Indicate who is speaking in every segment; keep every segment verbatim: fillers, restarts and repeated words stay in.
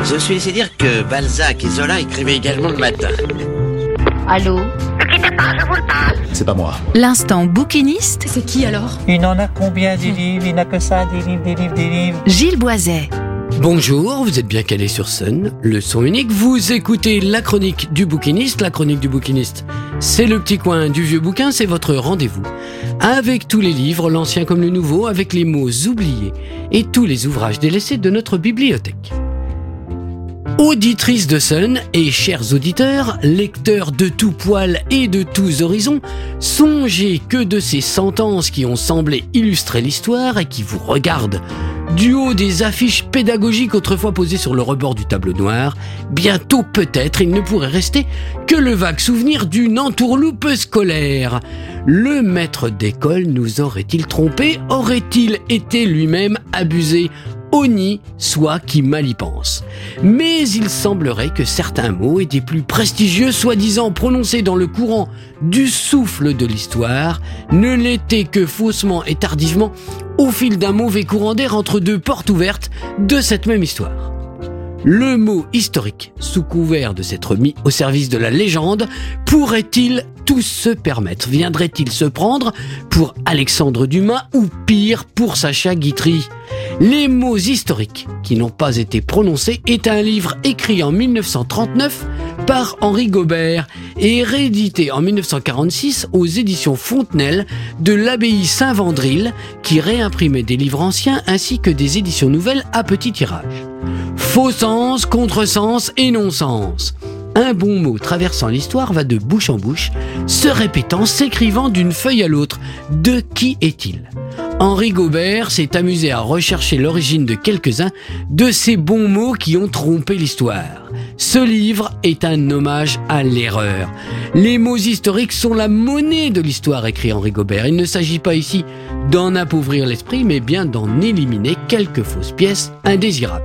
Speaker 1: Je suis laissé dire que Balzac et Zola écrivaient également le matin.
Speaker 2: Allô ?
Speaker 3: C'est pas moi.
Speaker 4: L'instant bouquiniste.
Speaker 2: C'est qui alors ?
Speaker 5: Il en a combien des livres ? Il n'a que ça, des livres, des livres, des livres.
Speaker 4: Gilles Boiset.
Speaker 6: Bonjour, vous êtes bien calé sur Sun, le son unique. Vous écoutez la chronique du bouquiniste. La chronique du bouquiniste, c'est le petit coin du vieux bouquin, c'est votre rendez-vous. Avec tous les livres, l'ancien comme le nouveau, avec les mots oubliés et tous les ouvrages délaissés de notre bibliothèque. Auditrices de Sun et chers auditeurs, lecteurs de tout poil et de tous horizons, songez que de ces sentences qui ont semblé illustrer l'histoire et qui vous regardent du haut des affiches pédagogiques autrefois posées sur le rebord du tableau noir, bientôt peut-être il ne pourrait rester que le vague souvenir d'une entourloupe scolaire. Le maître d'école nous aurait-il trompé ? Aurait-il été lui-même abusé ? Honni soit qui mal y pense. Mais il semblerait que certains mots étaient plus prestigieux, soi-disant prononcés dans le courant du souffle de l'histoire, ne l'étaient que faussement et tardivement au fil d'un mauvais courant d'air entre deux portes ouvertes de cette même histoire. Le mot historique, sous couvert de s'être mis au service de la légende, pourrait-il tout se permettre ? Viendrait-il se prendre pour Alexandre Dumas ou pire pour Sacha Guitry ? Les mots historiques qui n'ont pas été prononcés est un livre écrit en dix-neuf cent trente-neuf par Henri Gaubert et réédité en dix-neuf cent quarante-six aux éditions Fontenelle de l'abbaye Saint-Vandrille qui réimprimait des livres anciens ainsi que des éditions nouvelles à petit tirage. Faux sens, contresens et non-sens. Un bon mot traversant l'histoire va de bouche en bouche, se répétant, s'écrivant d'une feuille à l'autre. De qui est-il ? Henri Gaubert s'est amusé à rechercher l'origine de quelques-uns de ces bons mots qui ont trompé l'histoire. Ce livre est un hommage à l'erreur. Les mots historiques sont la monnaie de l'histoire, écrit Henri Gaubert. Il ne s'agit pas ici d'en appauvrir l'esprit, mais bien d'en éliminer quelques fausses pièces indésirables.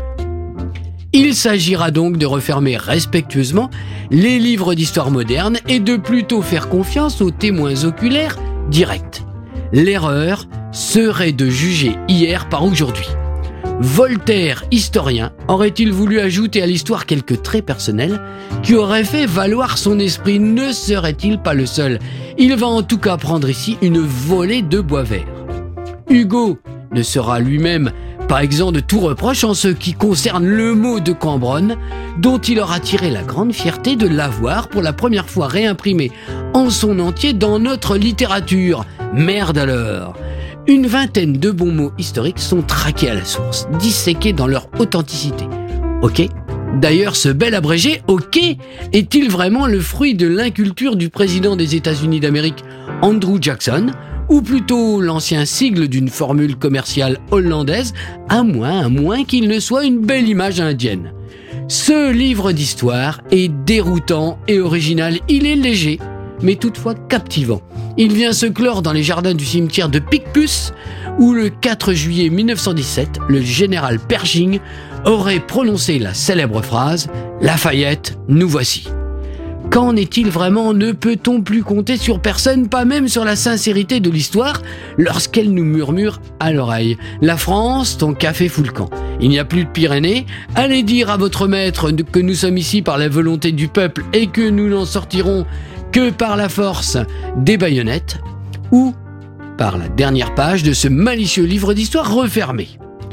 Speaker 6: Il s'agira donc de refermer respectueusement les livres d'histoire moderne et de plutôt faire confiance aux témoins oculaires directs. L'erreur serait de juger hier par aujourd'hui. Voltaire, historien, aurait-il voulu ajouter à l'histoire quelques traits personnels qui auraient fait valoir son esprit ? Ne serait-il pas le seul ? Il va en tout cas prendre ici une volée de bois vert. Hugo ne sera lui-même pas exempt de tout reproche en ce qui concerne le mot de Cambronne, dont il aura tiré la grande fierté de l'avoir pour la première fois réimprimé en son entier dans notre littérature. Merde alors ! Une vingtaine de bons mots historiques sont traqués à la source, disséqués dans leur authenticité. Ok ? D'ailleurs, ce bel abrégé, ok, est-il vraiment le fruit de l'inculture du président des États-Unis d'Amérique, Andrew Jackson, ou plutôt l'ancien sigle d'une formule commerciale hollandaise, à moins, à moins qu'il ne soit une belle image indienne. Ce livre d'histoire est déroutant et original. Il est léger, mais toutefois captivant. Il vient se clore dans les jardins du cimetière de Picpus, où le quatre juillet mille neuf cent dix-sept, le général Pershing aurait prononcé la célèbre phrase « Lafayette, nous voici ». Qu'en est-il vraiment ? Ne peut-on plus compter sur personne, pas même sur la sincérité de l'histoire, lorsqu'elle nous murmure à l'oreille « La France, ton café fout le camp. Il n'y a plus de Pyrénées. Allez dire à votre maître que nous sommes ici par la volonté du peuple et que nous n'en sortirons que par la force des baïonnettes ou par la dernière page de ce malicieux livre d'histoire refermé. »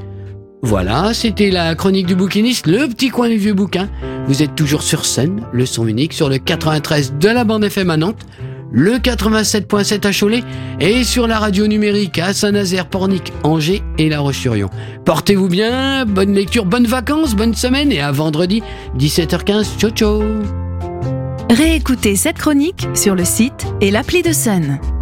Speaker 6: Voilà, c'était la chronique du bouquiniste, le petit coin du vieux bouquin. Vous êtes toujours sur Sun, le son unique, sur le quatre-vingt-treize de la bande F M à Nantes, le quatre-vingt-sept virgule sept à Cholet et sur la radio numérique à Saint-Nazaire, Pornic, Angers et La Roche-sur-Yon. Portez-vous bien, bonne lecture, bonnes vacances, bonne semaine et à vendredi, dix-sept heures quinze. Ciao ciao.
Speaker 4: Réécoutez cette chronique sur le site et l'appli de Sun.